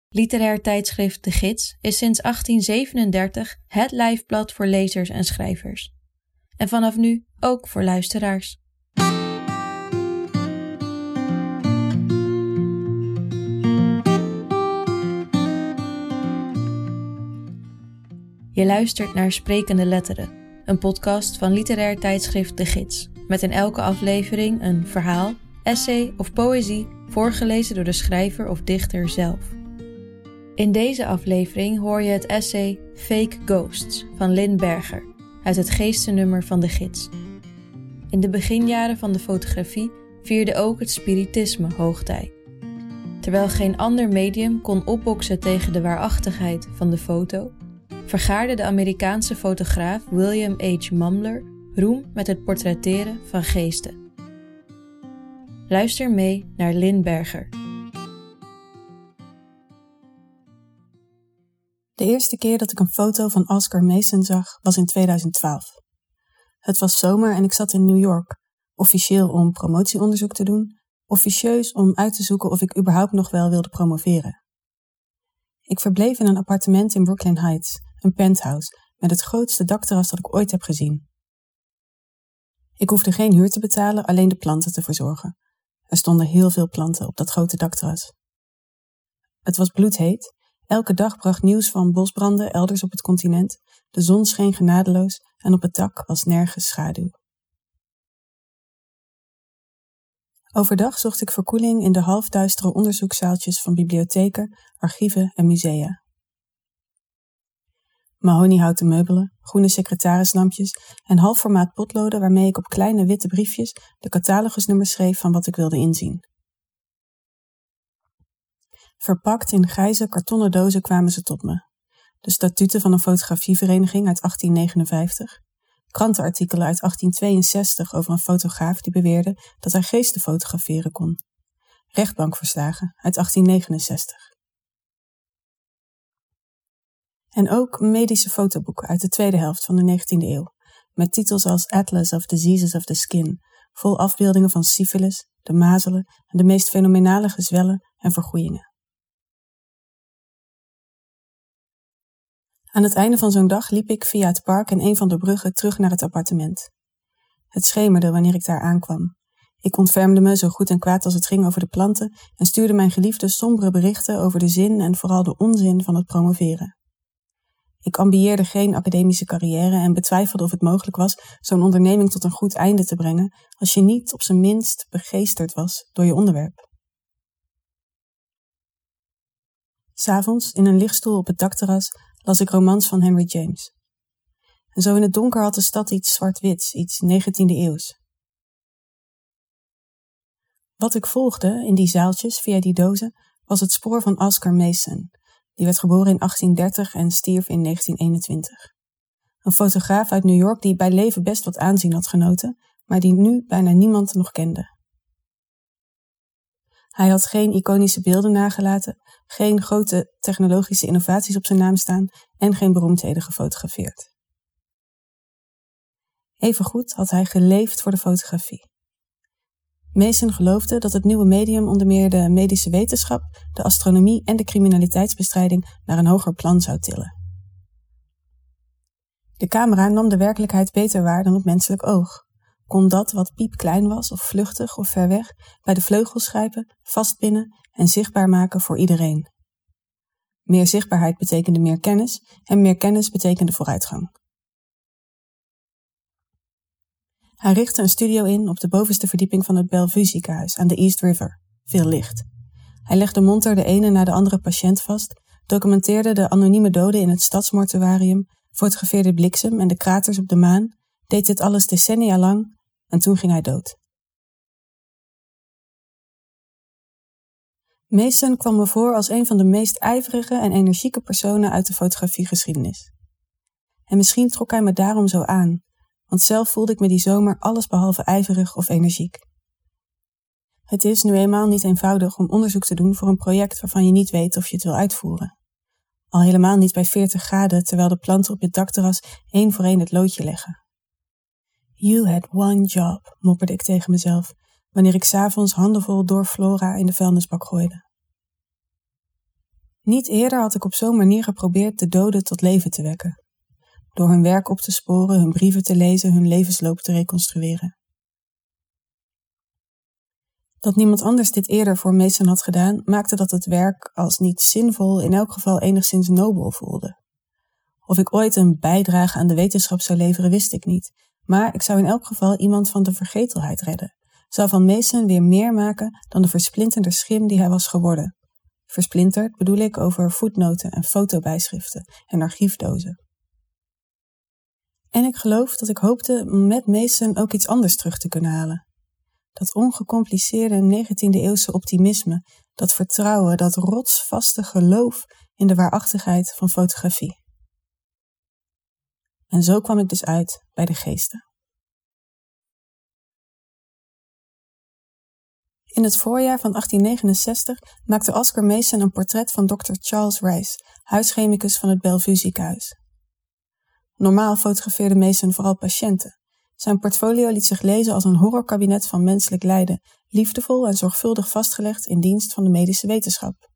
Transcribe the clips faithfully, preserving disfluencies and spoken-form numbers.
Literair tijdschrift De Gids is sinds achttien zevenendertig het lijfblad voor lezers en schrijvers. En vanaf nu ook voor luisteraars. Je luistert naar Sprekende Letteren, een podcast van literair tijdschrift De Gids, met in elke aflevering een verhaal, essay of poëzie voorgelezen door de schrijver of dichter zelf. In deze aflevering hoor je het essay Fake Ghosts van Lynn Berger uit het geestennummer van De Gids. In de beginjaren van de fotografie vierde ook het spiritisme hoogtij. Terwijl geen ander medium kon opboksen tegen de waarachtigheid van de foto, vergaarde de Amerikaanse fotograaf William H. Mumler roem met het portretteren van geesten. Luister mee naar Lynn Berger. De eerste keer dat ik een foto van Oscar Mason zag was in tweeduizend twaalf. Het was zomer en ik zat in New York, officieel om promotieonderzoek te doen, officieus om uit te zoeken of ik überhaupt nog wel wilde promoveren. Ik verbleef in een appartement in Brooklyn Heights, een penthouse, met het grootste dakterras dat ik ooit heb gezien. Ik hoefde geen huur te betalen, alleen de planten te verzorgen. Er stonden heel veel planten op dat grote dakterras. Het was bloedheet. Elke dag bracht nieuws van bosbranden elders op het continent. De zon scheen genadeloos en op het dak was nergens schaduw. Overdag zocht ik verkoeling in de halfduistere onderzoekszaaltjes van bibliotheken, archieven en musea. Mahoniehouten meubelen, groene secretarislampjes en halfformaat potloden waarmee ik op kleine witte briefjes de catalogusnummers schreef van wat ik wilde inzien. Verpakt in grijze kartonnen dozen kwamen ze tot me. De statuten van een fotografievereniging uit achttien negenenvijftig, krantenartikelen uit achttien tweeënzestig over een fotograaf die beweerde dat hij geesten fotograferen kon, rechtbankverslagen uit achttien negenenzestig. En ook medische fotoboeken uit de tweede helft van de negentiende eeuw, met titels als Atlas of Diseases of the Skin, vol afbeeldingen van syfilis, de mazelen en de meest fenomenale gezwellen en vergroeien. Aan het einde van zo'n dag liep ik via het park en een van de bruggen terug naar het appartement. Het schemerde wanneer ik daar aankwam. Ik ontfermde me zo goed en kwaad als het ging over de planten en stuurde mijn geliefde sombere berichten over de zin en vooral de onzin van het promoveren. Ik ambieerde geen academische carrière en betwijfelde of het mogelijk was zo'n onderneming tot een goed einde te brengen als je niet op zijn minst begeesterd was door je onderwerp. 'S Avonds, in een lichtstoel op het dakterras, las ik romans van Henry James. En zo in het donker had de stad iets zwart-wits, iets negentiende eeuws. Wat ik volgde in die zaaltjes via die dozen was het spoor van Oscar Mason. Die werd geboren in achttien dertig en stierf in negentien eenentwintig. Een fotograaf uit New York die bij leven best wat aanzien had genoten, maar die nu bijna niemand nog kende. Hij had geen iconische beelden nagelaten, geen grote technologische innovaties op zijn naam staan en geen beroemdheden gefotografeerd. Evengoed had hij geleefd voor de fotografie. Mason geloofde dat het nieuwe medium onder meer de medische wetenschap, de astronomie en de criminaliteitsbestrijding naar een hoger plan zou tillen. De camera nam de werkelijkheid beter waar dan het menselijk oog. Kon dat wat piepklein was of vluchtig of ver weg bij de vleugels grijpen, vastpinnen en zichtbaar maken voor iedereen. Meer zichtbaarheid betekende meer kennis en meer kennis betekende vooruitgang. Hij richtte een studio in op de bovenste verdieping van het Bellevue ziekenhuis aan de East River. Veel licht. Hij legde monter de ene na de andere patiënt vast, documenteerde de anonieme doden in het stadsmortuarium, fotografeerde bliksem en de kraters op de maan, deed dit alles decennia lang en toen ging hij dood. Mason kwam me voor als een van de meest ijverige en energieke personen uit de fotografiegeschiedenis. En misschien trok hij me daarom zo aan, want zelf voelde ik me die zomer allesbehalve ijverig of energiek. Het is nu eenmaal niet eenvoudig om onderzoek te doen voor een project waarvan je niet weet of je het wil uitvoeren. Al helemaal niet bij veertig graden terwijl de planten op je dakterras één voor één het loodje leggen. You had one job, mopperde ik tegen mezelf, wanneer ik 's avonds handenvol door Flora in de vuilnisbak gooide. Niet eerder had ik op zo'n manier geprobeerd de doden tot leven te wekken. Door hun werk op te sporen, hun brieven te lezen, hun levensloop te reconstrueren. Dat niemand anders dit eerder voor Mason had gedaan, maakte dat het werk als niet zinvol in elk geval enigszins nobel voelde. Of ik ooit een bijdrage aan de wetenschap zou leveren, wist ik niet. Maar ik zou in elk geval iemand van de vergetelheid redden. Zou van Mason weer meer maken dan de versplinterde schim die hij was geworden. Versplinterd bedoel ik over voetnoten en fotobijschriften en archiefdozen. En ik geloof dat ik hoopte met Mason ook iets anders terug te kunnen halen. Dat ongecompliceerde negentiende-eeuwse optimisme, dat vertrouwen, dat rotsvaste geloof in de waarachtigheid van fotografie. En zo kwam ik dus uit bij de geesten. In het voorjaar van achttien negenenzestig maakte Oscar Mason een portret van dokter Charles Rice, huischemicus van het Bellevue ziekenhuis. Normaal fotografeerde Mason vooral patiënten. Zijn portfolio liet zich lezen als een horrorkabinet van menselijk lijden, liefdevol en zorgvuldig vastgelegd in dienst van de medische wetenschap.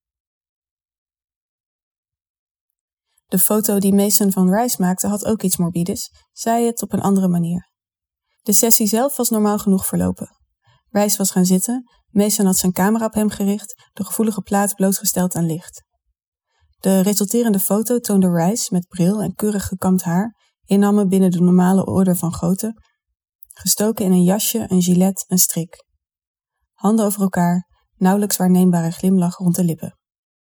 De foto die Mason van Rice maakte had ook iets morbides, zei het op een andere manier. De sessie zelf was normaal genoeg verlopen. Rice was gaan zitten, Mason had zijn camera op hem gericht, de gevoelige plaat blootgesteld aan licht. De resulterende foto toonde Rice met bril en keurig gekamd haar, innammen binnen de normale orde van grootte, gestoken in een jasje, een gilet, een strik. Handen over elkaar, nauwelijks waarneembare glimlach rond de lippen.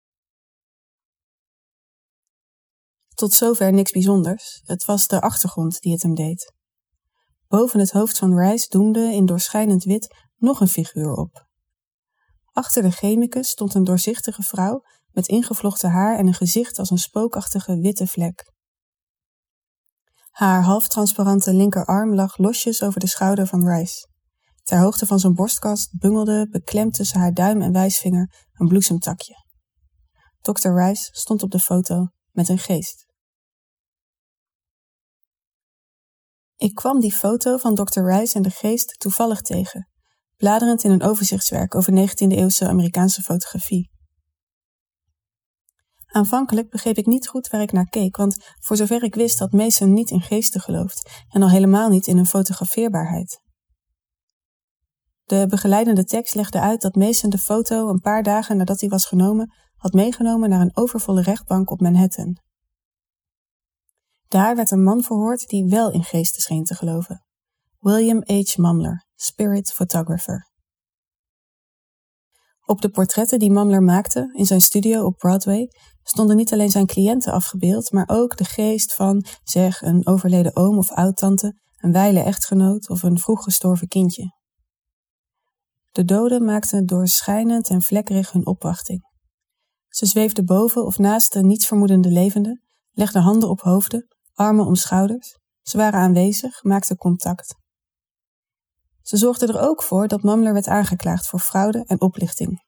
Tot zover niks bijzonders, het was de achtergrond die het hem deed. Boven het hoofd van Rice doemde in doorschijnend wit nog een figuur op. Achter de chemicus stond een doorzichtige vrouw met ingevlochten haar en een gezicht als een spookachtige witte vlek. Haar halftransparante linkerarm lag losjes over de schouder van Rice. Ter hoogte van zijn borstkast bungelde, beklemd tussen haar duim en wijsvinger, een bloesemtakje. dokter Rice stond op de foto met een geest. Ik kwam die foto van dokter Rice en de geest toevallig tegen, bladerend in een overzichtswerk over negentiende-eeuwse Amerikaanse fotografie. Aanvankelijk begreep ik niet goed waar ik naar keek, want voor zover ik wist had Mason niet in geesten geloofd en al helemaal niet in hun fotografeerbaarheid. De begeleidende tekst legde uit dat Mason de foto een paar dagen nadat hij was genomen had meegenomen naar een overvolle rechtbank op Manhattan. Daar werd een man verhoord die wel in geesten scheen te geloven. William H. Mumler, spirit photographer. Op de portretten die Mumler maakte in zijn studio op Broadway stonden niet alleen zijn cliënten afgebeeld, maar ook de geest van, zeg, een overleden oom of oudtante, een wijle echtgenoot of een vroeg gestorven kindje. De doden maakten doorschijnend en vlekkerig hun opwachting. Ze zweefden boven of naast de nietsvermoedende levenden, legden handen op hoofden, armen om schouders. Ze waren aanwezig, maakten contact. Ze zorgden er ook voor dat Mumler werd aangeklaagd voor fraude en oplichting.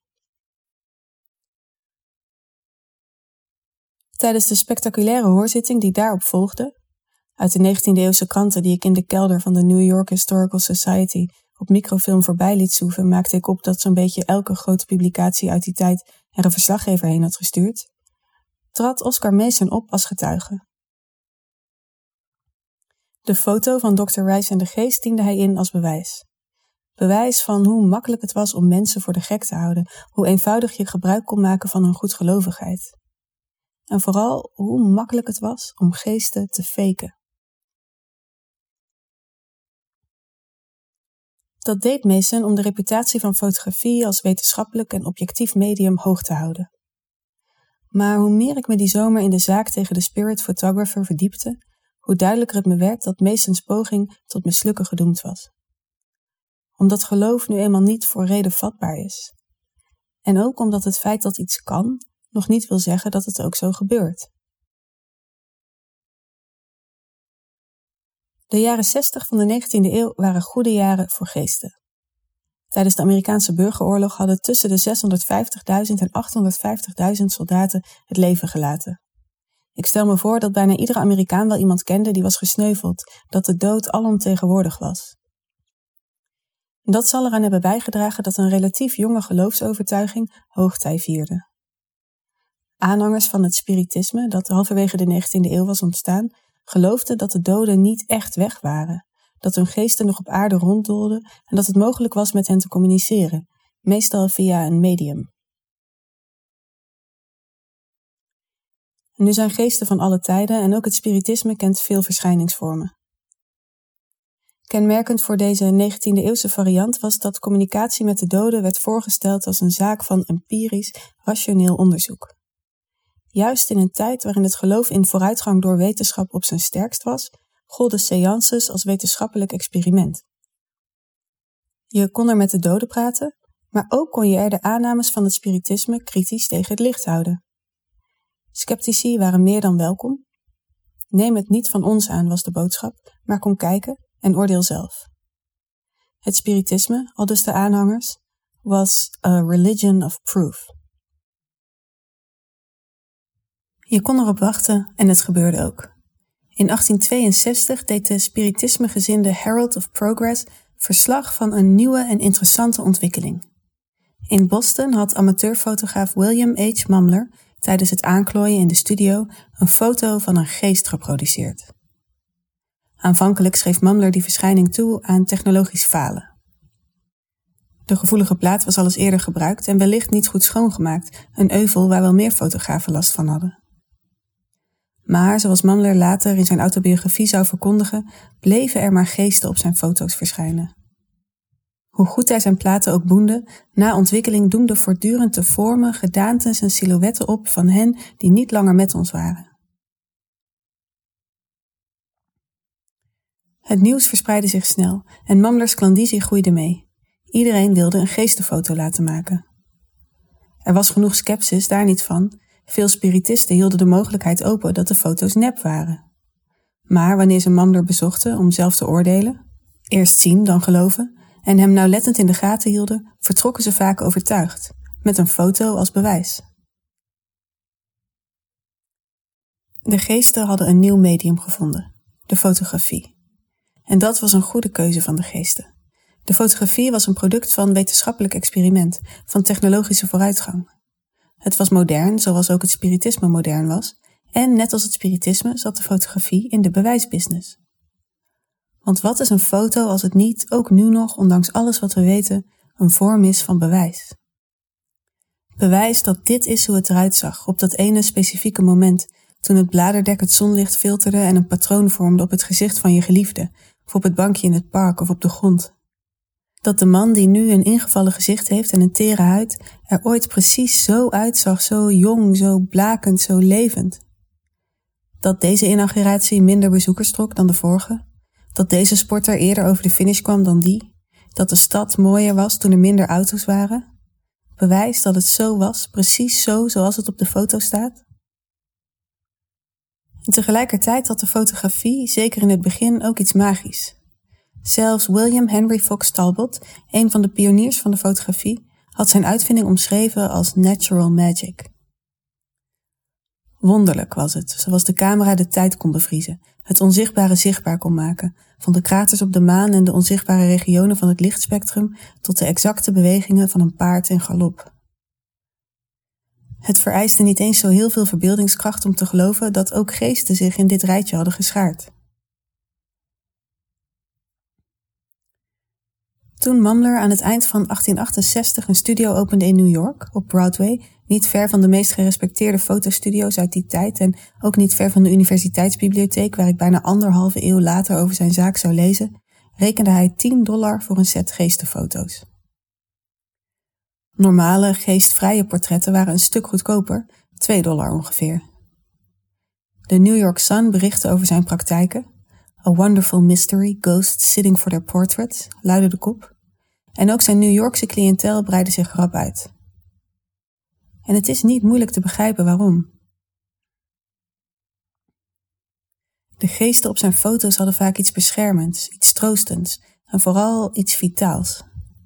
Tijdens de spectaculaire hoorzitting die daarop volgde, uit de negentiende-eeuwse kranten die ik in de kelder van de New York Historical Society op microfilm voorbij liet zoeven, maakte ik op dat zo'n beetje elke grote publicatie uit die tijd er een verslaggever heen had gestuurd, trad Oscar Mason op als getuige. De foto van dokter Rice en de geest diende hij in als bewijs. Bewijs van hoe makkelijk het was om mensen voor de gek te houden, hoe eenvoudig je gebruik kon maken van hun goedgelovigheid. En vooral hoe makkelijk het was om geesten te faken. Dat deed Mason om de reputatie van fotografie als wetenschappelijk en objectief medium hoog te houden. Maar hoe meer ik me die zomer in de zaak tegen de spirit photographer verdiepte, hoe duidelijker het me werd dat Masons poging tot mislukken gedoemd was. Omdat geloof nu eenmaal niet voor reden vatbaar is. En ook omdat het feit dat iets kan, nog niet wil zeggen dat het ook zo gebeurt. De jaren zestig van de negentiende eeuw waren goede jaren voor geesten. Tijdens de Amerikaanse burgeroorlog hadden tussen de zeshonderdvijftigduizend en achthonderdvijftigduizend soldaten het leven gelaten. Ik stel me voor dat bijna iedere Amerikaan wel iemand kende die was gesneuveld, dat de dood alomtegenwoordig was. Dat zal eraan hebben bijgedragen dat een relatief jonge geloofsovertuiging hoogtij vierde. Aanhangers van het spiritisme, dat halverwege de negentiende eeuw was ontstaan, geloofden dat de doden niet echt weg waren, dat hun geesten nog op aarde ronddoolden en dat het mogelijk was met hen te communiceren, meestal via een medium. Nu zijn geesten van alle tijden en ook het spiritisme kent veel verschijningsvormen. Kenmerkend voor deze negentiende-eeuwse variant was dat communicatie met de doden werd voorgesteld als een zaak van empirisch, rationeel onderzoek. Juist in een tijd waarin het geloof in vooruitgang door wetenschap op zijn sterkst was, golden séances als wetenschappelijk experiment. Je kon er met de doden praten, maar ook kon je er de aannames van het spiritisme kritisch tegen het licht houden. Sceptici waren meer dan welkom. Neem het niet van ons aan, was de boodschap, maar kom kijken en oordeel zelf. Het spiritisme, aldus de aanhangers, was a religion of proof. Je kon erop wachten en het gebeurde ook. In achttien tweeënzestig deed de spiritismegezinde Herald of Progress verslag van een nieuwe en interessante ontwikkeling. In Boston had amateurfotograaf William H. Mumler tijdens het aanklooien in de studio een foto van een geest geproduceerd. Aanvankelijk schreef Mumler die verschijning toe aan technologisch falen. De gevoelige plaat was al eens eerder gebruikt en wellicht niet goed schoongemaakt, een euvel waar wel meer fotografen last van hadden. Maar, zoals Mumler later in zijn autobiografie zou verkondigen, bleven er maar geesten op zijn foto's verschijnen. Hoe goed hij zijn platen ook boende, na ontwikkeling doemden voortdurend de vormen, gedaantes en silhouetten op van hen die niet langer met ons waren. Het nieuws verspreidde zich snel en Mumlers klandizie groeide mee. Iedereen wilde een geestenfoto laten maken. Er was genoeg scepsis, daar niet van. Veel spiritisten hielden de mogelijkheid open dat de foto's nep waren. Maar wanneer ze Mumler bezochten om zelf te oordelen, eerst zien dan geloven, en hem nauwlettend in de gaten hielden, vertrokken ze vaak overtuigd, met een foto als bewijs. De geesten hadden een nieuw medium gevonden, de fotografie. En dat was een goede keuze van de geesten. De fotografie was een product van wetenschappelijk experiment, van technologische vooruitgang. Het was modern, zoals ook het spiritisme modern was, en net als het spiritisme zat de fotografie in de bewijsbusiness. Want wat is een foto als het niet, ook nu nog, ondanks alles wat we weten, een vorm is van bewijs? Bewijs dat dit is hoe het eruit zag, op dat ene specifieke moment, toen het bladerdek het zonlicht filterde en een patroon vormde op het gezicht van je geliefde, of op het bankje in het park of op de grond. Dat de man die nu een ingevallen gezicht heeft en een tere huid, er ooit precies zo uitzag, zo jong, zo blakend, zo levend. Dat deze inauguratie minder bezoekers trok dan de vorige. Dat deze sporter eerder over de finish kwam dan die. Dat de stad mooier was toen er minder auto's waren. Bewijs dat het zo was, precies zo zoals het op de foto staat. En tegelijkertijd had de fotografie, zeker in het begin, ook iets magisch. Zelfs William Henry Fox Talbot, een van de pioniers van de fotografie, had zijn uitvinding omschreven als natural magic. Wonderlijk was het, zoals de camera de tijd kon bevriezen, het onzichtbare zichtbaar kon maken, van de kraters op de maan en de onzichtbare regionen van het lichtspectrum tot de exacte bewegingen van een paard in galop. Het vereiste niet eens zo heel veel verbeeldingskracht om te geloven dat ook geesten zich in dit rijtje hadden geschaard. Toen Mumler aan het eind van achttien achtenzestig een studio opende in New York, op Broadway, niet ver van de meest gerespecteerde fotostudio's uit die tijd en ook niet ver van de universiteitsbibliotheek waar ik bijna anderhalve eeuw later over zijn zaak zou lezen, rekende hij tien dollar voor een set geestenfoto's. Normale, geestvrije portretten waren een stuk goedkoper, twee dollar ongeveer. De New York Sun berichtte over zijn praktijken. A wonderful mystery, ghosts sitting for their portraits, luidde de kop. En ook zijn New Yorkse cliëntel breidde zich rap uit. En het is niet moeilijk te begrijpen waarom. De geesten op zijn foto's hadden vaak iets beschermends, iets troostends en vooral iets vitaals.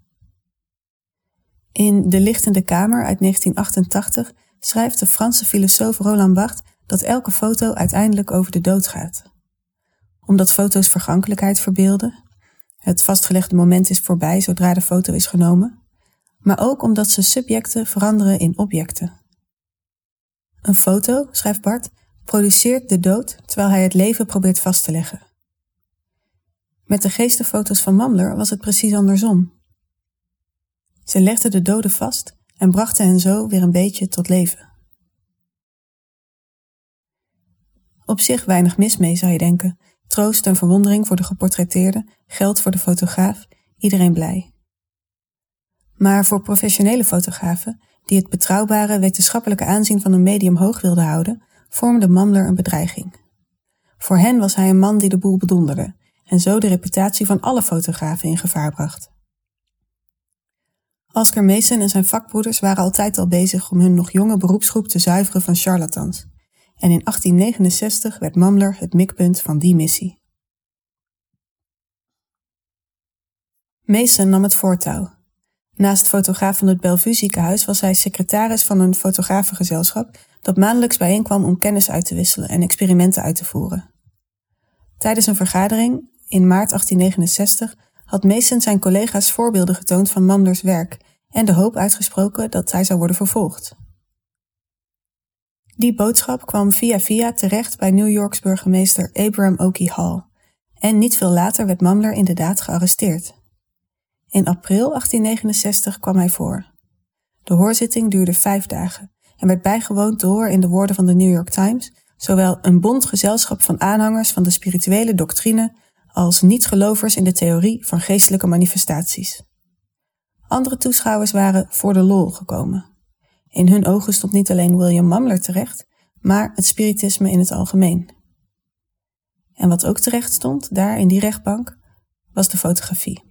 In De Lichtende Kamer uit negentien achtentachtig schrijft de Franse filosoof Roland Barthes dat elke foto uiteindelijk over de dood gaat. Omdat foto's vergankelijkheid verbeelden, het vastgelegde moment is voorbij zodra de foto is genomen, maar ook omdat ze subjecten veranderen in objecten. Een foto, schrijft Bart, produceert de dood terwijl hij het leven probeert vast te leggen. Met de geestenfoto's van Mambler was het precies andersom. Ze legden de doden vast en brachten hen zo weer een beetje tot leven. Op zich weinig mis mee, zou je denken. Troost en verwondering voor de geportretteerde, geld voor de fotograaf, iedereen blij. Maar voor professionele fotografen, die het betrouwbare wetenschappelijke aanzien van een medium hoog wilden houden, vormde Mambler een bedreiging. Voor hen was hij een man die de boel bedonderde en zo de reputatie van alle fotografen in gevaar bracht. Oscar Mason en zijn vakbroeders waren altijd al bezig om hun nog jonge beroepsgroep te zuiveren van charlatans. En in achttien negenenzestig werd Mambler het mikpunt van die missie. Mason nam het voortouw. Naast fotograaf van het Bellevue ziekenhuis was hij secretaris van een fotografengezelschap dat maandelijks bijeenkwam om kennis uit te wisselen en experimenten uit te voeren. Tijdens een vergadering in maart achttien negenenzestig had Mason zijn collega's voorbeelden getoond van Mamblers werk en de hoop uitgesproken dat hij zou worden vervolgd. Die boodschap kwam via via terecht bij New Yorks burgemeester Abraham Oakey Hall en niet veel later werd Mambler inderdaad gearresteerd. In april achttien negenenzestig kwam hij voor. De hoorzitting duurde vijf dagen en werd bijgewoond door, in de woorden van de New York Times, zowel een bond gezelschap van aanhangers van de spirituele doctrine als niet-gelovers in de theorie van geestelijke manifestaties. Andere toeschouwers waren voor de lol gekomen. In hun ogen stond niet alleen William Mambler terecht, maar het spiritisme in het algemeen. En wat ook terecht stond, daar in die rechtbank, was de fotografie.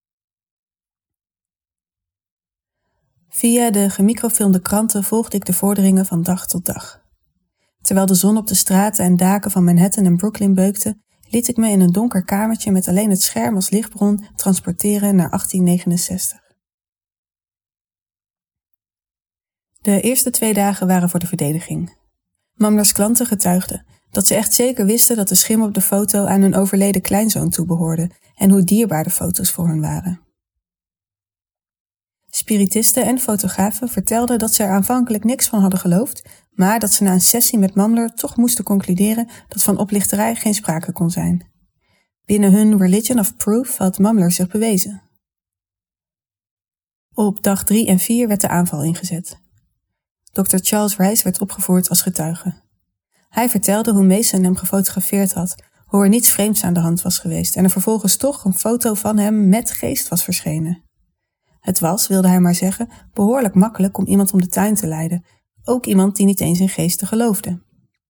Via de gemicrofilmde kranten volgde ik de vorderingen van dag tot dag. Terwijl de zon op de straten en daken van Manhattan en Brooklyn beukte, liet ik me in een donker kamertje met alleen het scherm als lichtbron transporteren naar achttien negenenzestig. De eerste twee dagen waren voor de verdediging. Mamblers klanten getuigden dat ze echt zeker wisten dat de schim op de foto aan hun overleden kleinzoon toebehoorde en hoe dierbaar de foto's voor hun waren. Spiritisten en fotografen vertelden dat ze er aanvankelijk niks van hadden geloofd, maar dat ze na een sessie met Mambler toch moesten concluderen dat van oplichterij geen sprake kon zijn. Binnen hun religion of proof had Mambler zich bewezen. Op dag drie en vier werd de aanval ingezet. dokter Charles Rice werd opgevoerd als getuige. Hij vertelde hoe Mason hem gefotografeerd had, hoe er niets vreemds aan de hand was geweest en er vervolgens toch een foto van hem met geest was verschenen. Het was, wilde hij maar zeggen, behoorlijk makkelijk om iemand om de tuin te leiden, ook iemand die niet eens in geesten geloofde.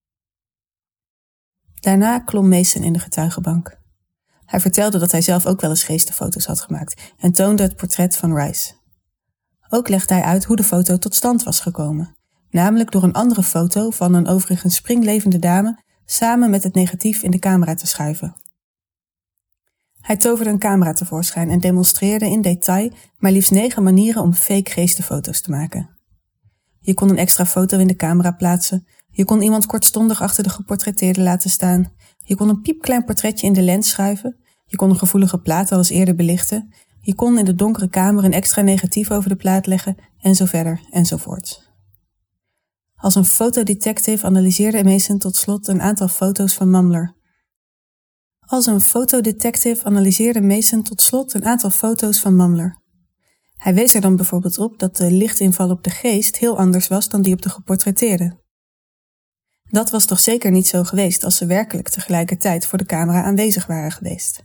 Daarna klom Mason in de getuigenbank. Hij vertelde dat hij zelf ook wel eens geestenfoto's had gemaakt en toonde het portret van Rice. Ook legde hij uit hoe de foto tot stand was gekomen, namelijk door een andere foto van een overigens springlevende dame samen met het negatief in de camera te schuiven. Hij toverde een camera tevoorschijn en demonstreerde in detail maar liefst negen manieren om fake geestenfoto's te maken. Je kon een extra foto in de camera plaatsen, je kon iemand kortstondig achter de geportretteerde laten staan, je kon een piepklein portretje in de lens schuiven, je kon een gevoelige plaat al eens eerder belichten, je kon in de donkere kamer een extra negatief over de plaat leggen en zo verder enzovoort. Als een fotodetective analyseerde Mason tot slot een aantal foto's van Mambler. Als een fotodetective analyseerde Mason tot slot een aantal foto's van Mambler. Hij wees er dan bijvoorbeeld op dat de lichtinval op de geest heel anders was dan die op de geportretteerde. Dat was toch zeker niet zo geweest als ze werkelijk tegelijkertijd voor de camera aanwezig waren geweest.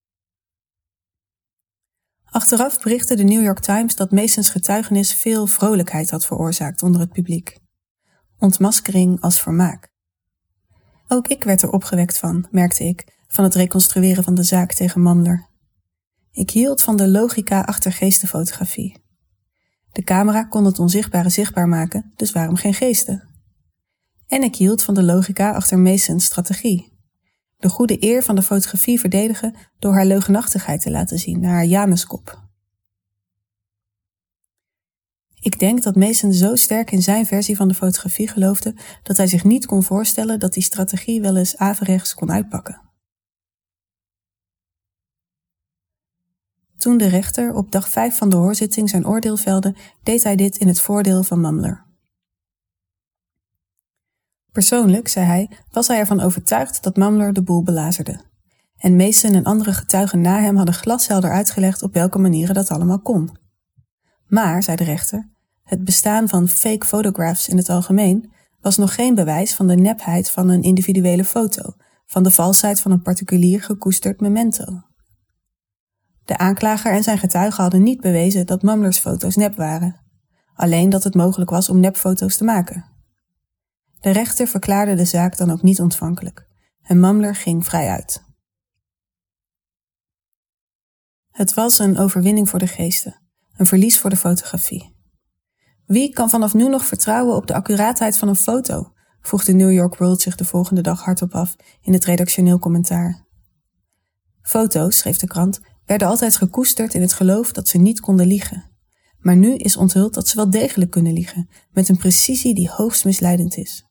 Achteraf berichtte de New York Times dat Masons getuigenis veel vrolijkheid had veroorzaakt onder het publiek. Ontmaskering als vermaak. Ook ik werd er opgewekt van, merkte ik, van het reconstrueren van de zaak tegen Mambler. Ik hield van de logica achter geestenfotografie. De camera kon het onzichtbare zichtbaar maken, dus waarom geen geesten? En ik hield van de logica achter Masons strategie. De goede eer van de fotografie verdedigen door haar leugenachtigheid te laten zien naar haar Januskop. Ik denk dat Mason zo sterk in zijn versie van de fotografie geloofde dat hij zich niet kon voorstellen dat die strategie wel eens averechts kon uitpakken. Toen de rechter op dag vijf van de hoorzitting zijn oordeel velde, deed hij dit in het voordeel van Mambler. Persoonlijk, zei hij, was hij ervan overtuigd dat Mumler de boel belazerde. En Mason en andere getuigen na hem hadden glashelder uitgelegd op welke manieren dat allemaal kon. Maar, zei de rechter, het bestaan van fake photographs in het algemeen was nog geen bewijs van de nepheid van een individuele foto, van de valsheid van een particulier gekoesterd memento. De aanklager en zijn getuigen hadden niet bewezen dat Mumlers foto's nep waren, alleen dat het mogelijk was om nepfoto's te maken. De rechter verklaarde de zaak dan ook niet ontvankelijk en Mumler ging vrij uit. Het was een overwinning voor de geesten, een verlies voor de fotografie. Wie kan vanaf nu nog vertrouwen op de accuraatheid van een foto? Vroeg de New York World zich de volgende dag hardop af in het redactioneel commentaar. Foto's, schreef de krant, werden altijd gekoesterd in het geloof dat ze niet konden liegen. Maar nu is onthuld dat ze wel degelijk kunnen liegen, met een precisie die hoogst misleidend is.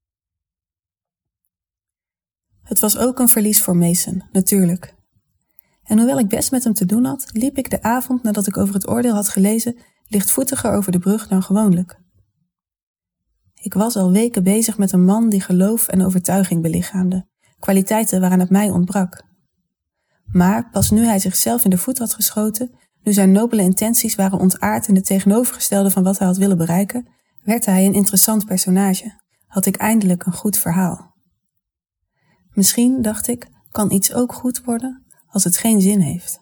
Het was ook een verlies voor Mason, natuurlijk. En hoewel ik best met hem te doen had, liep ik de avond nadat ik over het oordeel had gelezen lichtvoetiger over de brug dan gewoonlijk. Ik was al weken bezig met een man die geloof en overtuiging belichaamde, kwaliteiten waaraan het mij ontbrak. Maar pas nu hij zichzelf in de voet had geschoten, nu zijn nobele intenties waren ontaard in het tegenovergestelde van wat hij had willen bereiken, werd hij een interessant personage, had ik eindelijk een goed verhaal. Misschien, dacht ik, kan iets ook goed worden als het geen zin heeft.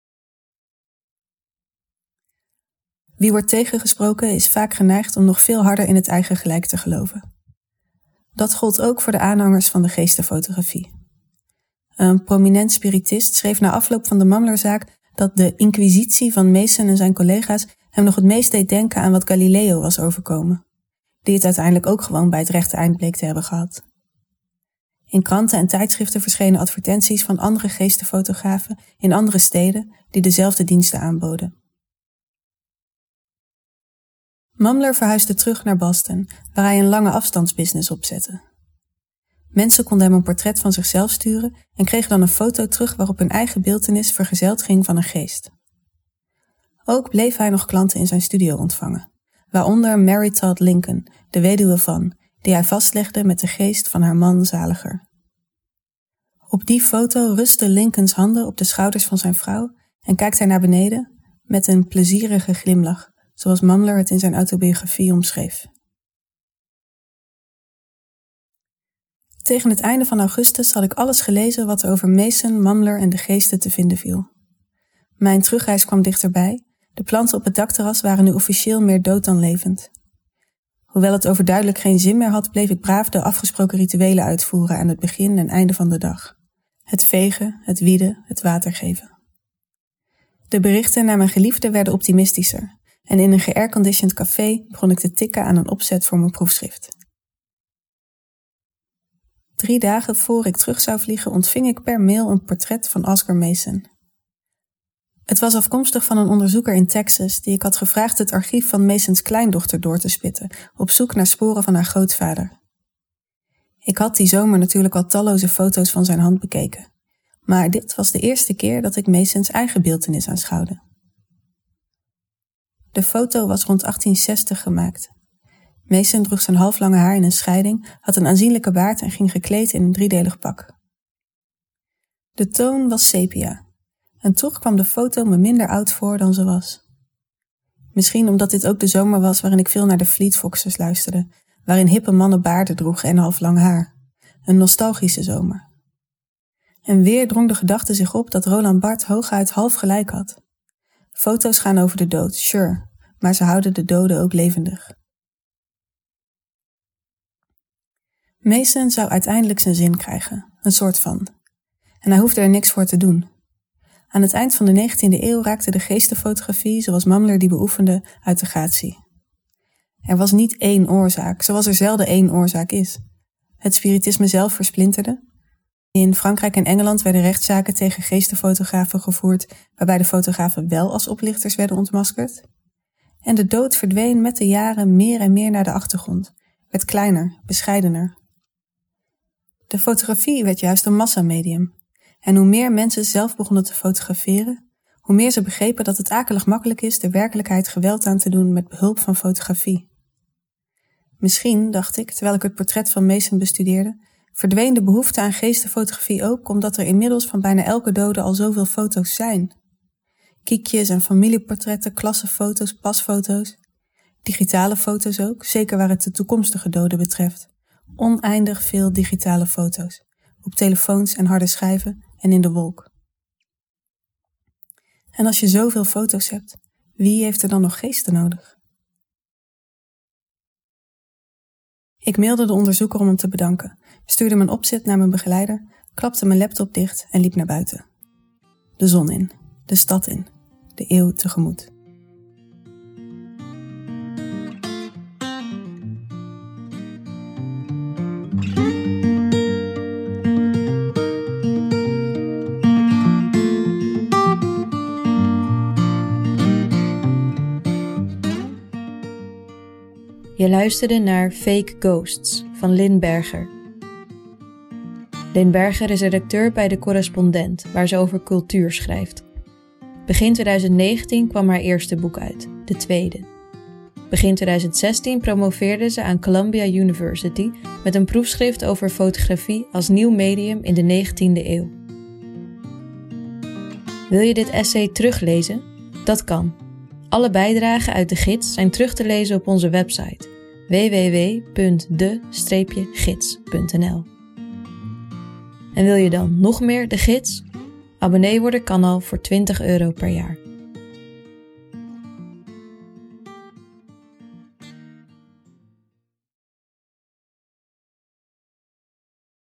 Wie wordt tegengesproken is vaak geneigd om nog veel harder in het eigen gelijk te geloven. Dat gold ook voor de aanhangers van de geestenfotografie. Een prominent spiritist schreef na afloop van de Mumlerzaak dat de inquisitie van Mason en zijn collega's hem nog het meest deed denken aan wat Galileo was overkomen, die het uiteindelijk ook gewoon bij het rechte eind bleek te hebben gehad. In kranten en tijdschriften verschenen advertenties van andere geestenfotografen in andere steden die dezelfde diensten aanboden. Mumler verhuisde terug naar Boston, waar hij een lange afstandsbusiness opzette. Mensen konden hem een portret van zichzelf sturen en kregen dan een foto terug waarop hun eigen beeltenis vergezeld ging van een geest. Ook bleef hij nog klanten in zijn studio ontvangen, waaronder Mary Todd Lincoln, de weduwe van, die hij vastlegde met de geest van haar man zaliger. Op die foto rusten Lincolns handen op de schouders van zijn vrouw en kijkt hij naar beneden met een plezierige glimlach, zoals Mumler het in zijn autobiografie omschreef. Tegen het einde van augustus had ik alles gelezen wat er over Mason, Mumler en de geesten te vinden viel. Mijn terugreis kwam dichterbij, de planten op het dakterras waren nu officieel meer dood dan levend. Hoewel het overduidelijk geen zin meer had, bleef ik braaf de afgesproken rituelen uitvoeren aan het begin en einde van de dag. Het vegen, het wieden, het water geven. De berichten naar mijn geliefde werden optimistischer en in een geairconditioned café begon ik te tikken aan een opzet voor mijn proefschrift. Drie dagen voor ik terug zou vliegen ontving ik per mail een portret van Oscar Mason. Het was afkomstig van een onderzoeker in Texas die ik had gevraagd het archief van Masons kleindochter door te spitten, op zoek naar sporen van haar grootvader. Ik had die zomer natuurlijk al talloze foto's van zijn hand bekeken, maar dit was de eerste keer dat ik Masons eigen beeltenis aanschouwde. De foto was rond achttien zestig gemaakt. Mason droeg zijn halflange haar in een scheiding, had een aanzienlijke baard en ging gekleed in een driedelig pak. De toon was sepia, en toch kwam de foto me minder oud voor dan ze was. Misschien omdat dit ook de zomer was waarin ik veel naar de Fleet Foxes luisterde, waarin hippe mannen baarden droegen en halflang haar. Een nostalgische zomer. En weer drong de gedachte zich op dat Roland Barthes hooguit half gelijk had. Foto's gaan over de dood, sure, maar ze houden de doden ook levendig. Mason zou uiteindelijk zijn zin krijgen, een soort van. En hij hoefde er niks voor te doen. Aan het eind van de negentiende eeuw raakte de geestenfotografie, zoals Mumler die beoefende, uit de gratie. Er was niet één oorzaak, zoals er zelden één oorzaak is. Het spiritisme zelf versplinterde. In Frankrijk en Engeland werden rechtszaken tegen geestenfotografen gevoerd, waarbij de fotografen wel als oplichters werden ontmaskerd. En de dood verdween met de jaren meer en meer naar de achtergrond, werd kleiner, bescheidener. De fotografie werd juist een massamedium. En hoe meer mensen zelf begonnen te fotograferen, hoe meer ze begrepen dat het akelig makkelijk is de werkelijkheid geweld aan te doen met behulp van fotografie. Misschien, dacht ik, terwijl ik het portret van Mason bestudeerde, verdween de behoefte aan geestenfotografie ook omdat er inmiddels van bijna elke dode al zoveel foto's zijn. Kiekjes en familieportretten, klassenfoto's, pasfoto's. Digitale foto's ook, zeker waar het de toekomstige doden betreft. Oneindig veel digitale foto's. Op telefoons en harde schijven en in de wolk. En als je zoveel foto's hebt, wie heeft er dan nog geesten nodig? Ik mailde de onderzoeker om hem te bedanken, stuurde mijn opzet naar mijn begeleider, klapte mijn laptop dicht en liep naar buiten. De zon in, de stad in, de eeuw tegemoet. Je luisterde naar Fake Ghosts van Lynn Berger. Lynn Berger is redacteur bij De Correspondent, waar ze over cultuur schrijft. Begin twintig negentien kwam haar eerste boek uit, de tweede. Begin twintig zestien promoveerde ze aan Columbia University met een proefschrift over fotografie als nieuw medium in de negentiende eeuw. Wil je dit essay teruglezen? Dat kan. Alle bijdragen uit de gids zijn terug te lezen op onze website w w w punt de gids punt n l. En wil je dan nog meer de gids? Abonnee worden kan al voor twintig euro per jaar.